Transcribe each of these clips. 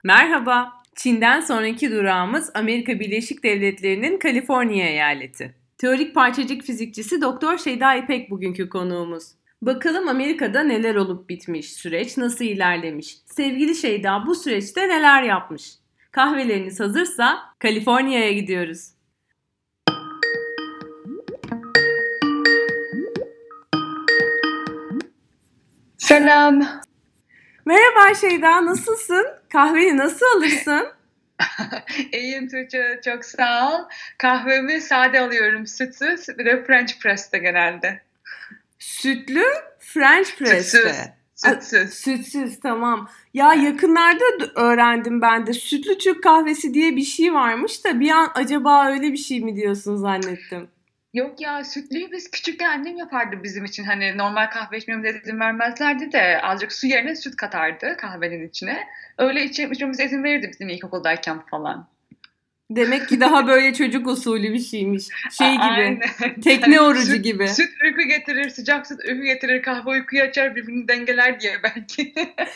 Merhaba. Çin'den sonraki durağımız Amerika Birleşik Devletleri'nin Kaliforniya eyaleti. Teorik parçacık fizikçisi Doktor Şeyda İpek bugünkü konuğumuz. Bakalım Amerika'da neler olup bitmiş, süreç nasıl ilerlemiş? Sevgili Şeyda bu süreçte neler yapmış? Kahveleriniz hazırsa Kaliforniya'ya gidiyoruz. Selam. Merhaba Şeyda, nasılsın? Kahveni nasıl alırsın? İyiyim Tuğçe, çok sağ ol. Kahvemi sade alıyorum, sütsüz. Bir de French press'te genelde. Sütlü, French press'te. Sütsüz. Sütsüz, tamam. Ya yakınlarda öğrendim ben de. Sütlü Türk kahvesi diye bir şey varmış da bir an acaba öyle bir şey mi diyorsun zannettim. Yok ya, sütlüyü biz küçükken annem yapardı bizim için. Hani normal kahve içmemize izin vermezlerdi de azıcık su yerine süt katardı kahvenin içine. Öyle içmemize izin verirdi bizim ilkokuldayken falan. Demek ki daha böyle çocuk usulü bir şeymiş. Şey gibi, Aynen. tekne Hani orucu gibi. süt uyku getirir, sıcak süt uyku getirir, kahve uykuyu açar, birbirini dengeler diye belki.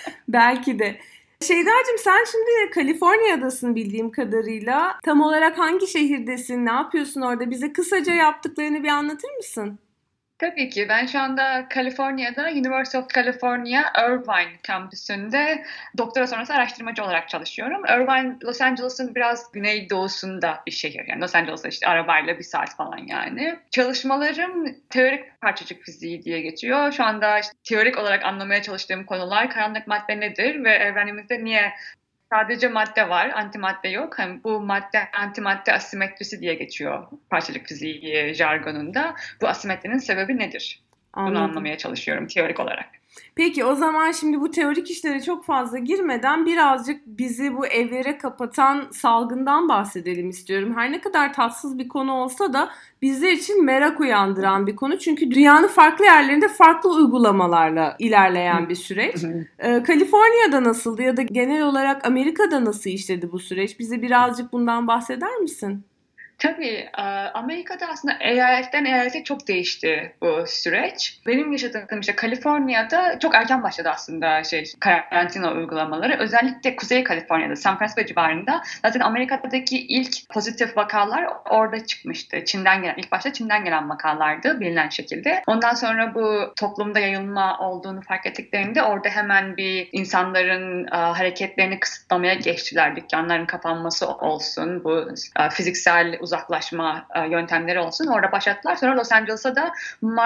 Belki de. Şeydacığım sen şimdi Kaliforniya'dasın bildiğim kadarıyla. Tam olarak hangi şehirdesin? Ne yapıyorsun orada? Bize kısaca yaptıklarını bir anlatır mısın? Tabii ki. Ben şu anda Kaliforniya'da University of California Irvine kampüsünde doktora sonrası araştırmacı olarak çalışıyorum. Irvine, Los Angeles'ın biraz güneydoğusunda bir şehir. Yani Los Angeles'a işte arabayla bir saat falan yani. Çalışmalarım teorik parçacık fiziği diye geçiyor. Şu anda işte teorik olarak anlamaya çalıştığım konular karanlık madde nedir ve evrenimizde niye sadece madde var, antimadde yok. Hani bu madde antimadde asimetrisi diye geçiyor parçacık fiziği jargonunda. Bu asimetrinin sebebi nedir? Bunu Anladım. anlamaya çalışıyorum teorik olarak. Peki o zaman şimdi bu teorik işlere çok fazla girmeden birazcık bizi bu evlere kapatan salgından bahsedelim istiyorum. Her ne kadar tatsız bir konu olsa da bizler için merak uyandıran bir konu. Çünkü dünyanın farklı yerlerinde farklı uygulamalarla ilerleyen bir süreç. Kaliforniya'da nasıldı ya da genel olarak Amerika'da nasıl işledi bu süreç? Bize birazcık bundan bahseder misin? Tabii Amerika'da aslında eyaletten eyalete çok değişti bu süreç. Benim yaşadığım işte Kaliforniya'da çok erken başladı aslında karantina uygulamaları. Özellikle Kuzey Kaliforniya'da, San Francisco civarında zaten Amerika'daki ilk pozitif vakalar orada çıkmıştı. İlk başta Çin'den gelen vakalardı bilinen şekilde. Ondan sonra bu toplumda yayılma olduğunu fark ettiklerinde orada hemen bir insanların hareketlerini kısıtlamaya geçtiler. Dükkanların kapanması olsun, bu fiziksel uzaklaşma yöntemleri olsun. Orada başlattılar. Sonra Los Angeles'a da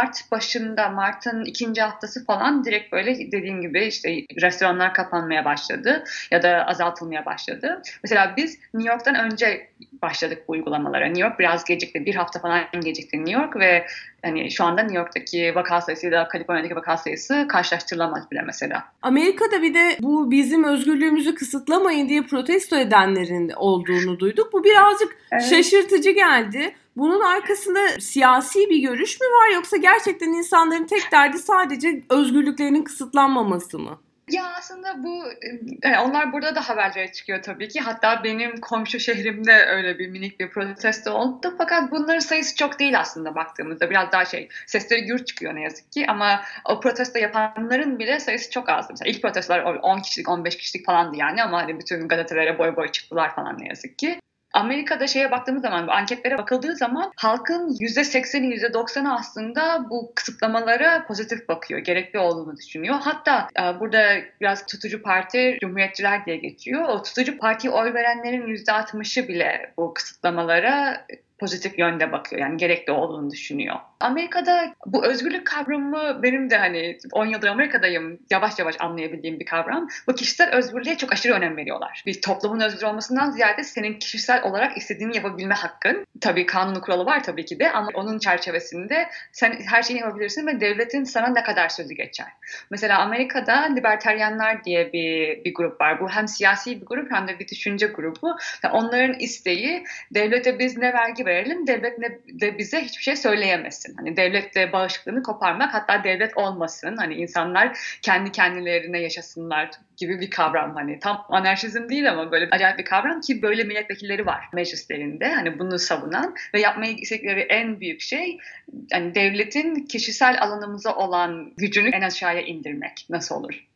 Mart'ın ikinci haftası falan direkt böyle dediğim gibi işte restoranlar kapanmaya başladı ya da azaltılmaya başladı. Mesela biz New York'tan önce başladık bu uygulamalara. New York biraz gecikti. Bir hafta falan gecikti New York ve hani şu anda New York'taki vaka sayısıyla Kaliforniya'daki vaka sayısı karşılaştırılamaz bile mesela. Amerika'da bir de bu bizim özgürlüğümüzü kısıtlamayın diye protesto edenlerin olduğunu duyduk. Bu birazcık şaşırtıcı geldi. Bunun arkasında siyasi bir görüş mü var yoksa gerçekten insanların tek derdi sadece özgürlüklerinin kısıtlanmaması mı? Ya aslında bu onlar burada da haberlere çıkıyor tabii ki. Hatta benim komşu şehrimde öyle bir minik bir protesto oldu. Fakat bunların sayısı çok değil aslında baktığımızda. Biraz daha sesleri gür çıkıyor ne yazık ki. Ama o protesto yapanların bile sayısı çok azdı. Mesela ilk protestolar 10 kişilik, 15 kişilik falandı yani. Ama hani bütün gazetelere boy boy çıktılar falan ne yazık ki. Amerika'da baktığımız zaman, bu anketlere bakıldığı zaman halkın %80'i, %90'ı aslında bu kısıtlamalara pozitif bakıyor, gerekli olduğunu düşünüyor. Hatta burada biraz tutucu parti, Cumhuriyetçiler diye geçiyor. O tutucu partiye oy verenlerin %60'ı bile bu kısıtlamalara pozitif yönde bakıyor. Yani gerekli olduğunu düşünüyor. Amerika'da bu özgürlük kavramı benim de hani 10 yıldır Amerika'dayım yavaş yavaş anlayabildiğim bir kavram. Bu kişisel özgürlüğe çok aşırı önem veriyorlar. Bir toplumun özgür olmasından ziyade senin kişisel olarak istediğini yapabilme hakkın. Tabii kanunu kuralı var tabii ki de ama onun çerçevesinde sen her şeyi yapabilirsin ve devletin sana ne kadar sözü geçer. Mesela Amerika'da libertaryenler diye bir grup var. Bu hem siyasi bir grup hem de bir düşünce grubu. Yani onların isteği devlete biz ne vergi verelim, devlet de bize hiçbir şey söyleyemesin. Hani devletle bağışıklığını koparmak, hatta devlet olmasın. Hani insanlar kendi kendilerine yaşasınlar gibi bir kavram. Hani tam anarşizm değil ama böyle acayip bir kavram ki böyle milletvekilleri var meclislerinde. Hani bunu savunan ve yapmayı istedikleri en büyük şey hani devletin kişisel alanımıza olan gücünü en aşağıya indirmek. Nasıl olur?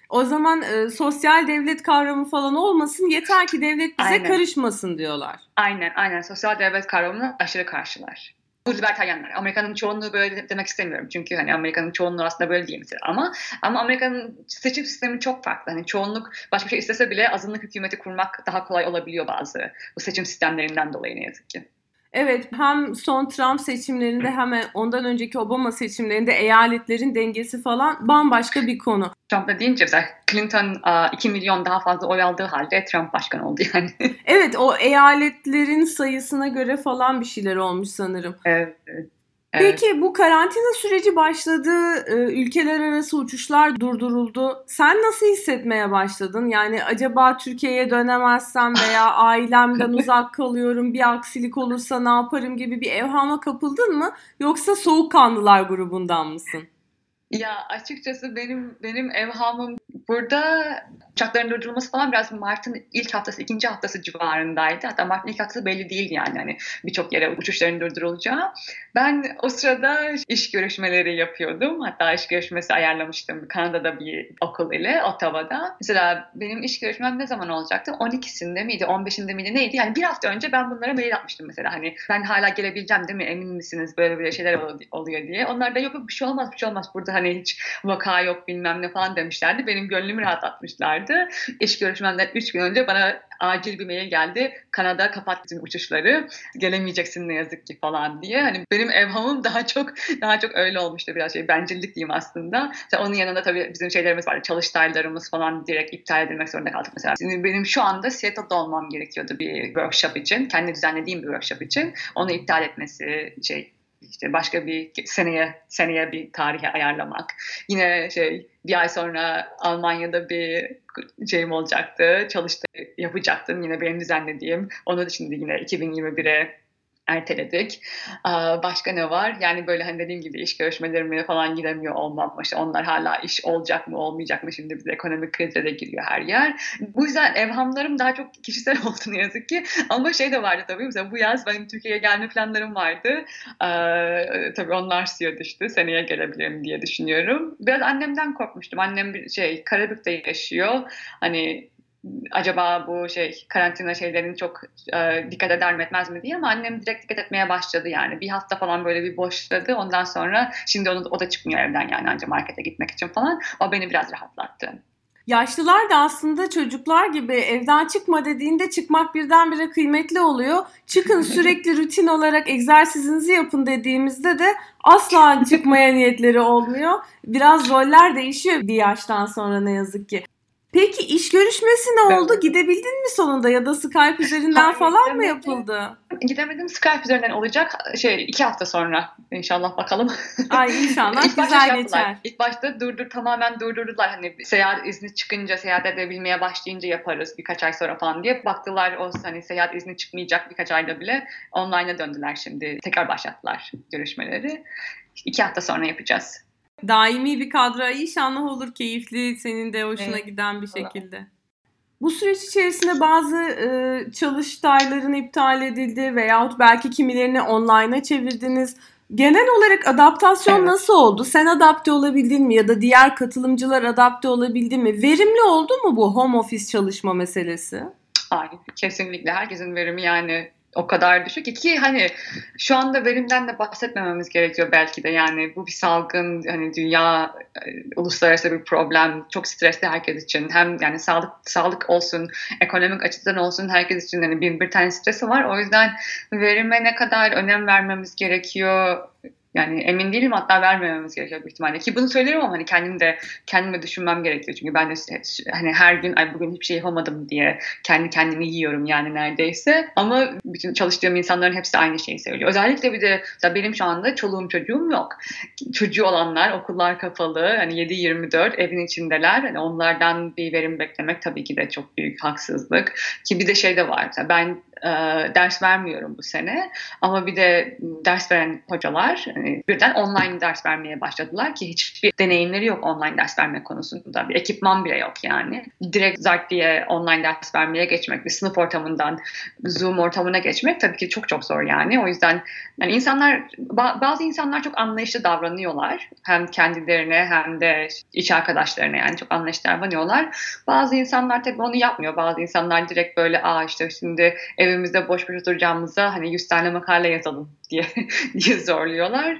O zaman sosyal devlet kavramı falan olmasın, yeter ki devlet bize Aynen. karışmasın diyorlar. Aynen. Sosyal devlet kavramına aşırı karşılar. Bu libertaryenler. Amerika'nın çoğunluğu böyle demek istemiyorum. Çünkü hani Amerika'nın çoğunluğu aslında böyle değil mesela. Ama Amerika'nın seçim sistemi çok farklı. Hani çoğunluk başka bir şey istese bile azınlık hükümeti kurmak daha kolay olabiliyor bazı bu seçim sistemlerinden dolayı ne yazık ki. Evet, hem son Trump seçimlerinde hem ondan önceki Obama seçimlerinde eyaletlerin dengesi falan bambaşka bir konu. Trump'la deyince mesela Clinton 2 milyon daha fazla oy aldığı halde Trump başkan oldu yani. Evet, o eyaletlerin sayısına göre falan bir şeyler olmuş sanırım. Evet. Peki bu karantina süreci başladı, ülkeler arası uçuşlar durduruldu. Sen nasıl hissetmeye başladın? Yani acaba Türkiye'ye dönemezsem veya ailemden uzak kalıyorum, bir aksilik olursa ne yaparım gibi bir evhama kapıldın mı? Yoksa soğukkanlılar grubundan mısın? Ya açıkçası benim evhamım burada uçakların durdurulması falan biraz Mart'ın ilk haftası, ikinci haftası civarındaydı. Hatta Mart'ın ilk haftası belli değildi yani hani birçok yere uçuşların durdurulacağı. Ben o sırada iş görüşmeleri yapıyordum. Hatta iş görüşmesi ayarlamıştım Kanada'da bir okul ile Ottawa'da. Mesela benim iş görüşmem ne zaman olacaktı? 12'sinde miydi, 15'inde miydi neydi? Yani bir hafta önce ben bunlara mail atmıştım mesela. Hani ben hala gelebileceğim değil mi? Emin misiniz? Böyle şeyler oluyor diye. Onlar da yok bir şey olmaz burada hani hiç vaka yok bilmem ne falan demişlerdi. Benim gönlümü rahatlatmışlardı. İş görüşmemden 3 gün önce bana acil bir mail geldi. Kanada kapat bütün uçuşları. Gelemeyeceksin ne yazık ki falan diye. Hani benim evhamım daha çok öyle olmuştu biraz bencillik diyeyim aslında. Mesela onun yanında tabii bizim şeylerimiz vardı. Çalıştaylarımız falan direkt iptal edilmek zorunda kaldık mesela. Şimdi benim şu anda Seattle'da olmam gerekiyordu bir workshop için. Kendi düzenlediğim bir workshop için. Onu iptal etmesi işte başka bir seneye bir tarihe ayarlamak. Yine bir ay sonra Almanya'da bir şeyim olacaktı. Çalıştay yapacaktım yine benim düzenlediğim. Onu da şimdi yine 2021'e erteledik. Başka ne var? Yani böyle hani dediğim gibi iş görüşmelerime falan gidemiyor olmam. İşte onlar hala iş olacak mı olmayacak mı? Şimdi bir de ekonomik krize de giriyor her yer. Bu yüzden evhamlarım daha çok kişisel oldu ne yazık ki. Ama de vardı tabii. Mesela bu yaz benim Türkiye'ye gelme planlarım vardı. Tabii onlar suya düştü. Seneye gelebilirim diye düşünüyorum. Biraz annemden korkmuştum. Annem Karabük'te yaşıyor. Hani acaba bu karantina şeylerini çok dikkat eder mi etmez mi diye ama annem direkt dikkat etmeye başladı yani. Bir hafta falan böyle bir boşladı. Ondan sonra şimdi o da çıkmıyor evden yani anca markete gitmek için falan. O beni biraz rahatlattı. Yaşlılar da aslında çocuklar gibi evden çıkma dediğinde çıkmak birdenbire kıymetli oluyor. Çıkın sürekli rutin olarak egzersizinizi yapın dediğimizde de asla çıkmaya niyetleri olmuyor. Biraz roller değişiyor bir yaştan sonra ne yazık ki. Peki iş görüşmesi ne oldu? Gidebildin mi sonunda ya da Skype üzerinden falan mı yapıldı? Gidemedim. Skype üzerinden olacak. 2 hafta sonra inşallah bakalım. Ay inşallah güzel geçer. İlk başta tamamen durdurdular. Hani seyahat izni çıkınca, seyahat edebilmeye başlayınca yaparız birkaç ay sonra falan diye. Baktılar hani seyahat izni çıkmayacak birkaç ayda bile online'a döndüler şimdi. Tekrar başlattılar görüşmeleri. 2 hafta sonra yapacağız. Daimi bir kadro inşallah olur, keyifli, senin de hoşuna giden bir şekilde. Bu süreç içerisinde bazı çalıştayların iptal edildi veyahut belki kimilerini online'a çevirdiniz. Genel olarak adaptasyon nasıl oldu? Sen adapte olabildin mi ya da diğer katılımcılar adapte olabildi mi? Verimli oldu mu bu home office çalışma meselesi? Hayır, kesinlikle herkesin verimi yani o kadar düşük ki hani şu anda verimden de bahsetmememiz gerekiyor belki de yani bu bir salgın hani dünya uluslararası bir problem çok stresli herkes için hem yani sağlık olsun ekonomik açıdan olsun herkes için hani bir tane stresi var o yüzden verime ne kadar önem vermemiz gerekiyor yani emin değilim hatta vermememiz gerekiyor büyük ihtimalle ki bunu söylerim ama hani kendime düşünmem gerekiyor çünkü ben de hani her gün ay bugün hiçbir şey yapamadım diye kendimi yiyorum yani neredeyse ama bütün çalıştığım insanların hepsi aynı şeyi söylüyor. Özellikle bir de benim şu anda çoluğum çocuğum yok. Çocuğu olanlar okullar kapalı hani 7-24 evin içindeler hani onlardan bir verim beklemek tabii ki de çok büyük haksızlık ki bir de de var ben ders vermiyorum bu sene. Ama bir de ders veren hocalar birden online ders vermeye başladılar ki hiçbir deneyimleri yok online ders verme konusunda. Bir ekipman bile yok yani. Direkt zart diye online ders vermeye geçmek, bir sınıf ortamından Zoom ortamına geçmek tabii ki çok çok zor yani. O yüzden yani bazı insanlar çok anlayışlı davranıyorlar. Hem kendilerine hem de iş arkadaşlarına yani çok anlayışlı davranıyorlar. Bazı insanlar tabii onu yapmıyor. Bazı insanlar direkt böyle işte şimdi evimizde boş boş oturacağımıza hani 100 tane makale yazalım diye zorluyorlar.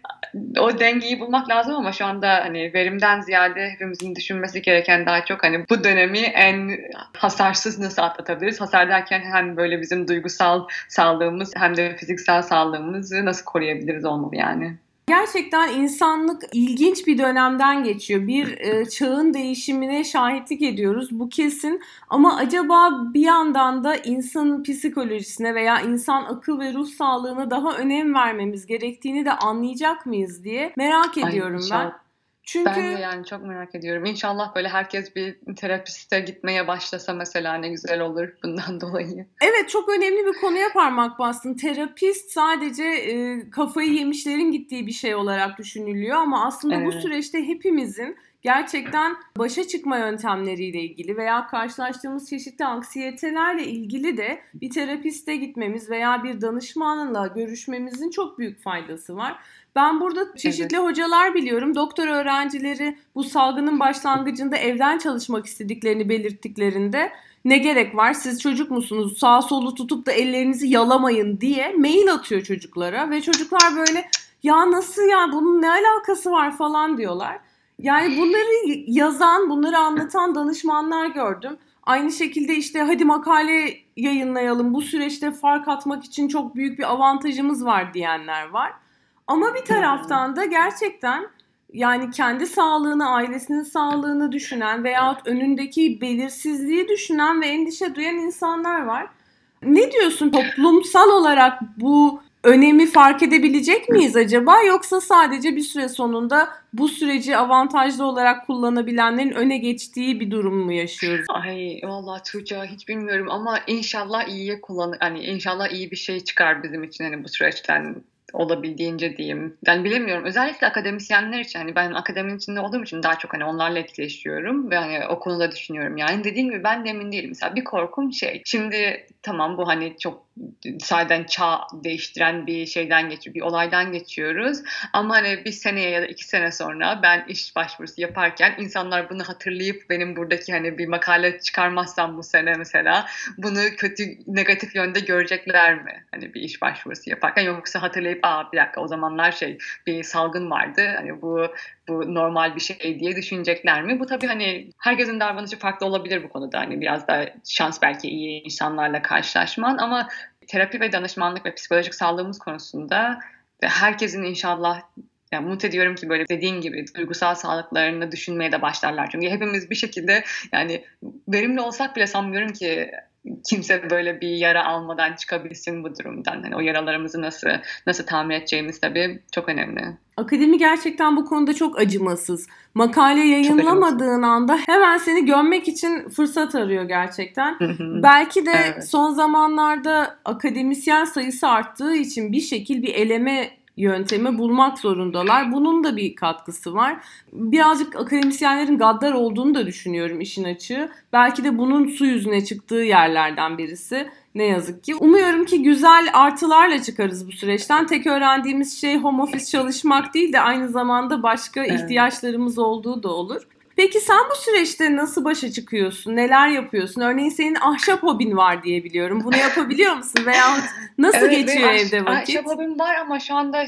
O dengeyi bulmak lazım ama şu anda hani verimden ziyade hepimizin düşünmesi gereken daha çok hani bu dönemi en hasarsız nasıl atlatabiliriz? Hasar derken hem böyle bizim duygusal sağlığımız hem de fiziksel sağlığımızı nasıl koruyabiliriz olmalı yani. Gerçekten insanlık ilginç bir dönemden geçiyor. Bir çağın değişimine şahitlik ediyoruz. Bu kesin. Ama acaba bir yandan da insanın psikolojisine veya insan akıl ve ruh sağlığına daha önem vermemiz gerektiğini de anlayacak mıyız diye merak ediyorum ben. Çünkü ben de yani çok merak ediyorum. İnşallah böyle herkes bir terapiste gitmeye başlasa mesela ne güzel olur bundan dolayı. Evet, çok önemli bir konuya parmak bastın. Terapist sadece kafayı yemişlerin gittiği bir şey olarak düşünülüyor ama aslında bu süreçte hepimizin gerçekten başa çıkma yöntemleriyle ilgili veya karşılaştığımız çeşitli anksiyetelerle ilgili de bir terapiste gitmemiz veya bir danışmanla görüşmemizin çok büyük faydası var. Ben burada çeşitli hocalar biliyorum. Doktor öğrencileri bu salgının başlangıcında evden çalışmak istediklerini belirttiklerinde ne gerek var? Siz çocuk musunuz? Sağ solu tutup da ellerinizi yalamayın diye mail atıyor çocuklara ve çocuklar böyle ya nasıl ya bunun ne alakası var falan diyorlar. Yani bunları yazan, bunları anlatan danışmanlar gördüm. Aynı şekilde işte hadi makale yayınlayalım, bu süreçte fark atmak için çok büyük bir avantajımız var diyenler var. Ama bir taraftan da gerçekten yani kendi sağlığını, ailesinin sağlığını düşünen veyahut önündeki belirsizliği düşünen ve endişe duyan insanlar var. Ne diyorsun, toplumsal olarak bu önemi fark edebilecek miyiz acaba? Yoksa sadece bir süre sonunda bu süreci avantajlı olarak kullanabilenlerin öne geçtiği bir durum mu yaşıyoruz? Ay vallahi Tuğçe hiç bilmiyorum ama inşallah iyiye hani inşallah iyi bir şey çıkar bizim için hani bu süreçten. Olabildiğince diyeyim. Yani bilemiyorum. Özellikle akademisyenler için hani ben akademinin içinde olduğum için daha çok hani onlarla etkileşiyorum ve hani o konuda düşünüyorum. Yani dediğim gibi ben de emin değilim. Mesela bir korkum şimdi tamam bu hani çok sayeden çağ değiştiren bir şeyden geçiyor, bir olaydan geçiyoruz. Ama hani bir seneye ya da 2 sene sonra ben iş başvurusu yaparken insanlar bunu hatırlayıp benim buradaki hani bir makale çıkarmazsam bu sene mesela bunu kötü, negatif yönde görecekler mi? Hani bir iş başvurusu yaparken yoksa hatırlayıp bir dakika o zamanlar bir salgın vardı. Hani bu normal bir şey diye düşünecekler mi? Bu tabii hani herkesin davranışı farklı olabilir bu konuda. Hani biraz da şans belki iyi insanlarla karşılaşman ama terapi ve danışmanlık ve psikolojik sağlığımız konusunda herkesin inşallah yani umut ediyorum ki böyle dediğin gibi duygusal sağlıklarını düşünmeye de başlarlar. Çünkü hepimiz bir şekilde yani verimli olsak bile sanmıyorum ki kimse böyle bir yara almadan çıkabilsin bu durumdan. Yani o yaralarımızı nasıl tamir edeceğimiz tabii çok önemli. Akademi gerçekten bu konuda çok acımasız. Makale yayınlamadığın anda hemen seni gömmek için fırsat arıyor gerçekten. Belki de son zamanlarda akademisyen sayısı arttığı için bir şekil bir eleme yöntemi bulmak zorundalar. Bunun da bir katkısı var. Birazcık akademisyenlerin gaddar olduğunu da düşünüyorum işin açığı. Belki de bunun su yüzüne çıktığı yerlerden birisi. Ne yazık ki. Umuyorum ki güzel artılarla çıkarız bu süreçten. Tek öğrendiğimiz şey home office çalışmak değil de aynı zamanda başka ihtiyaçlarımız olduğu da olur. Peki sen bu süreçte nasıl başa çıkıyorsun? Neler yapıyorsun? Örneğin senin ahşap hobin var diye biliyorum. Bunu yapabiliyor musun? Veya nasıl geçiyor evde vakit? Ahşap hobim var ama şu anda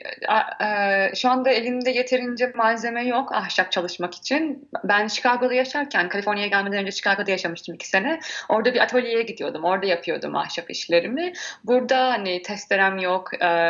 şu anda elimde yeterince malzeme yok ahşap çalışmak için. Ben Chicago'da yaşarken, Kaliforniya'ya gelmeden önce Chicago'da yaşamıştım 2 sene. Orada bir atölyeye gidiyordum. Orada yapıyordum ahşap işlerimi. Burada hani testerem yok.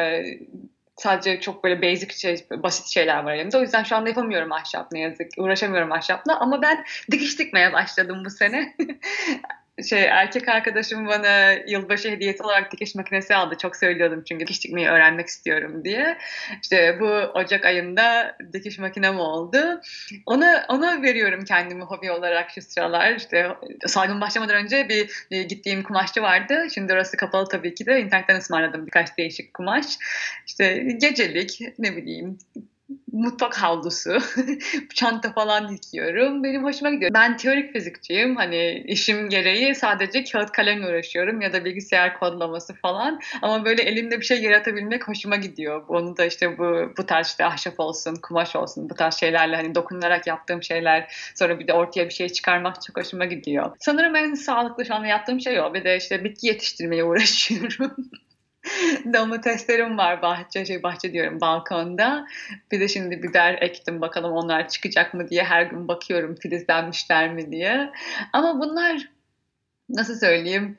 Sadece çok böyle basit şeyler var elimde. O yüzden şu anda yapamıyorum ahşap ne yazık ki. Uğraşamıyorum ahşapla ama ben dikiş dikmeye başladım bu sene. Erkek arkadaşım bana yılbaşı hediyesi olarak dikiş makinesi aldı. Çok söylüyordum çünkü dikiş dikmeyi öğrenmek istiyorum diye. İşte bu Ocak ayında dikiş makinem oldu. Ona veriyorum kendimi hobi olarak şu sıralar. İşte salgın başlamadan önce bir gittiğim kumaşçı vardı. Şimdi orası kapalı tabii ki de. İnternetten ısmarladım birkaç değişik kumaş. İşte gecelik, ne bileyim, mutfak havlusu, çanta falan dikiyorum. Benim hoşuma gidiyor. Ben teorik fizikçiyim. Hani işim gereği sadece kağıt kalemle uğraşıyorum ya da bilgisayar kodlaması falan. Ama böyle elimde bir şey yaratabilmek hoşuma gidiyor. Onu da işte bu tarz işte ahşap olsun, kumaş olsun, bu tarz şeylerle hani dokunarak yaptığım şeyler, sonra bir de ortaya bir şey çıkarmak çok hoşuma gidiyor. Sanırım en sağlıklı şu anda yaptığım şey o. Bir de işte bitki yetiştirmeye uğraşıyorum. Domateslerim var bahçe diyorum, balkonda. Bir de şimdi biber ektim, bakalım onlar çıkacak mı diye her gün bakıyorum, filizlenmişler mi diye. Ama bunlar, nasıl söyleyeyim,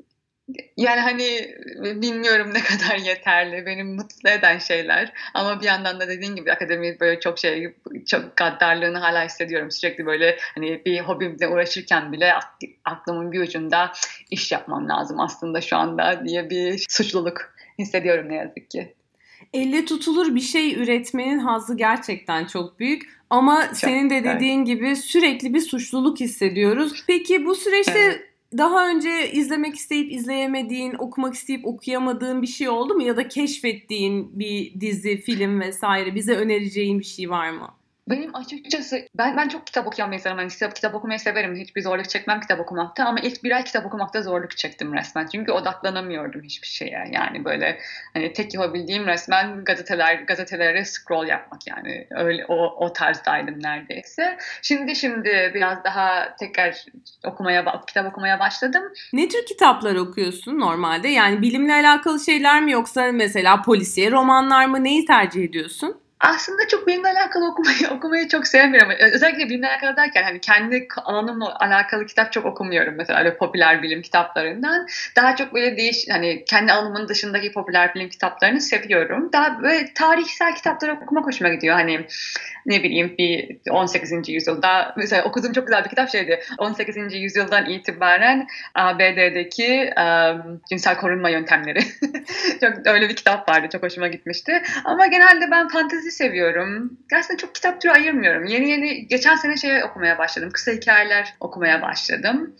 yani hani bilmiyorum ne kadar yeterli, beni mutlu eden şeyler. Ama bir yandan da dediğin gibi akademi böyle çok gaddarlığını hala hissediyorum. Sürekli böyle hani bir hobimle uğraşırken bile aklımın bir ucunda iş yapmam lazım aslında şu anda diye bir suçluluk hissediyorum ne yazık ki. Elle tutulur bir şey üretmenin hazzı gerçekten çok büyük. Ama Çok senin de güzel. dediğin gibi sürekli bir suçluluk hissediyoruz. Peki bu Evet. süreçte daha önce izlemek isteyip izleyemediğin, okumak isteyip okuyamadığın bir şey oldu mu? Ya da keşfettiğin bir dizi, film vesaire bize önereceğin bir şey var mı? Benim açıkçası ben çok kitap okuyan bir insanım. Yani kitap okumayı severim. Hiçbir zorluk çekmem kitap okumakta ama ilk bir ay kitap okumakta zorluk çektim resmen. Çünkü odaklanamıyordum hiçbir şeye. Yani böyle hani tek yapabildiğim resmen gazetelere scroll yapmak, yani öyle o tarzdaydım neredeyse. Şimdi biraz daha tekrar kitap okumaya başladım. Ne tür kitaplar okuyorsun normalde? Yani bilimle alakalı şeyler mi yoksa mesela polisiye romanlar mı? Neyi tercih ediyorsun? Aslında çok benimle alakalı okumayı çok sevmiyorum. Özellikle benimle alakalı derken hani kendi alanımla alakalı kitap çok okumuyorum mesela, öyle popüler bilim kitaplarından. Daha çok böyle hani kendi alanımın dışındaki popüler bilim kitaplarını seviyorum. Daha böyle tarihsel kitapları okumak hoşuma gidiyor. Hani ne bileyim, bir 18. yüzyılda mesela okuduğum çok güzel bir kitap şeydi. 18. yüzyıldan itibaren ABD'deki cinsel korunma yöntemleri. Çok öyle bir kitap vardı. Çok hoşuma gitmişti. Ama genelde ben fantezi seviyorum. Gerçekten çok kitap türü ayırmıyorum. Yeni geçen sene okumaya başladım. Kısa hikayeler okumaya başladım.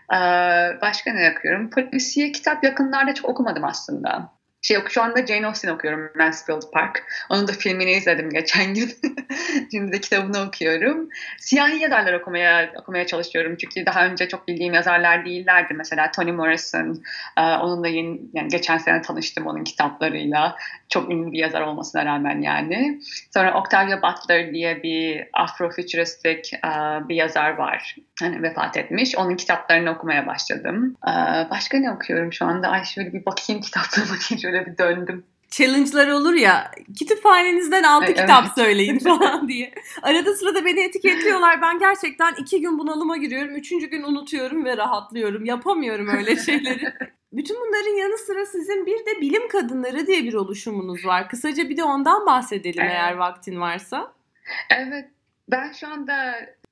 Başka ne okuyorum? Polisiye kitap yakınlarda çok okumadım aslında. Şu anda Jane Austen okuyorum, Mansfield Park. Onun da filmini izledim geçen gün. Şimdi de kitabını okuyorum. Siyahi yazarlar okumaya çalışıyorum. Çünkü daha önce çok bildiğim yazarlar değillerdi. Mesela Toni Morrison, onunla yani geçen sene tanıştım onun kitaplarıyla. Çok ünlü bir yazar olmasına rağmen yani. Sonra Octavia Butler diye bir Afrofuturistik bir yazar var. Hani vefat etmiş. Onun kitaplarını okumaya başladım. Başka ne okuyorum şu anda? Ay, şöyle bir bakayım kitaplığıma diye şöyle bir döndüm. Challenge'lar olur ya, kütüphanenizden 6 Evet. kitap söyleyin falan diye. Arada sırada beni etiketliyorlar. Ben gerçekten 2 gün bunalıma giriyorum. 3. gün unutuyorum ve rahatlıyorum. Yapamıyorum öyle şeyleri. Bütün bunların yanı sıra sizin bir de bilim kadınları diye bir oluşumunuz var. Kısaca bir de ondan bahsedelim eğer Evet. vaktin varsa. Evet. Ben şu anda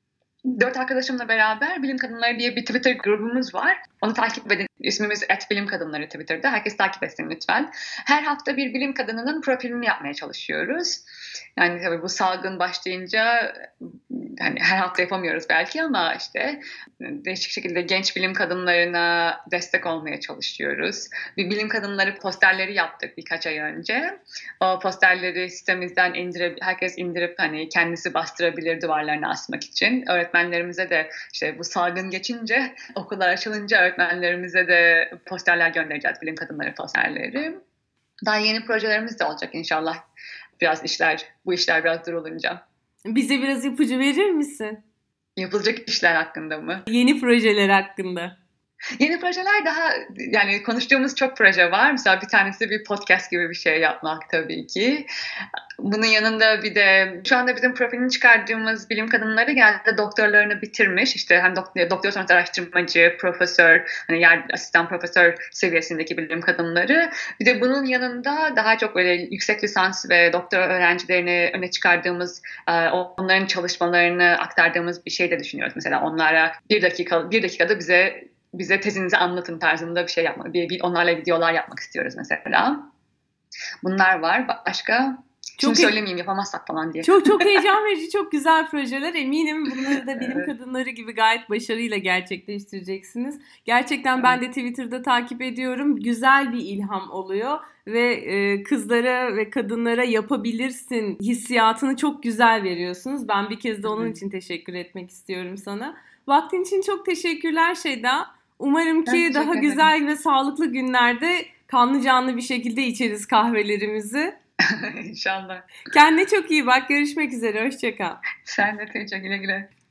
4 arkadaşımla beraber Bilim Kadınları diye bir Twitter grubumuz var. Onu takip edin. İsmimiz @bilimkadınları Twitter'da. Herkes takip etsin lütfen. Her hafta bir bilim kadınının profilini yapmaya çalışıyoruz. Yani tabii bu salgın başlayınca hani her hafta yapamıyoruz belki ama işte değişik şekilde genç bilim kadınlarına destek olmaya çalışıyoruz. Bir bilim kadınları posterleri yaptık birkaç ay önce. O posterleri sitemizden herkes indirip hani kendisi bastırabilir duvarlarına asmak için. Öğretmenlerimize de işte bu salgın geçince, okullar açılınca öğretmenlerimize de posterler göndereceğiz, bilim kadınları posterleri. Daha yeni projelerimiz de olacak inşallah. Bu işler biraz durulunca. Bize biraz ipucu verir misin? Yapılacak işler hakkında mı? Yeni projeler hakkında. Yeni projeler yani konuştuğumuz çok proje var. Mesela bir tanesi bir podcast gibi bir şey yapmak tabii ki. Bunun yanında bir de şu anda bizim profilini çıkardığımız bilim kadınları genelde doktorlarını bitirmiş. İşte hem doktor sonrası araştırmacı, profesör, hani asistan profesör seviyesindeki bilim kadınları. Bir de bunun yanında daha çok böyle yüksek lisans ve doktor öğrencilerini öne çıkardığımız, onların çalışmalarını aktardığımız bir şey de düşünüyoruz. Mesela onlara bir dakikada bize bize tezinizi anlatın tarzında bir şey yapmak, onlarla videolar yapmak istiyoruz mesela. Bunlar var. Başka? Şimdi söylemeyeyim yapamazsak falan diye. Çok heyecan verici, çok güzel projeler. Eminim bunları da bilim kadınları gibi gayet başarıyla gerçekleştireceksiniz. Gerçekten ben de Twitter'da takip ediyorum. Güzel bir ilham oluyor ve kızlara ve kadınlara yapabilirsin hissiyatını çok güzel veriyorsunuz. Ben bir kez de onun için teşekkür etmek istiyorum sana. Vaktin için çok teşekkürler Şeyda. Umarım ki daha güzel ve sağlıklı günlerde kanlı canlı bir şekilde içeriz kahvelerimizi. İnşallah. Kendine çok iyi bak. Görüşmek üzere. Hoşça kal. Sen de Tuğçe, güle güle.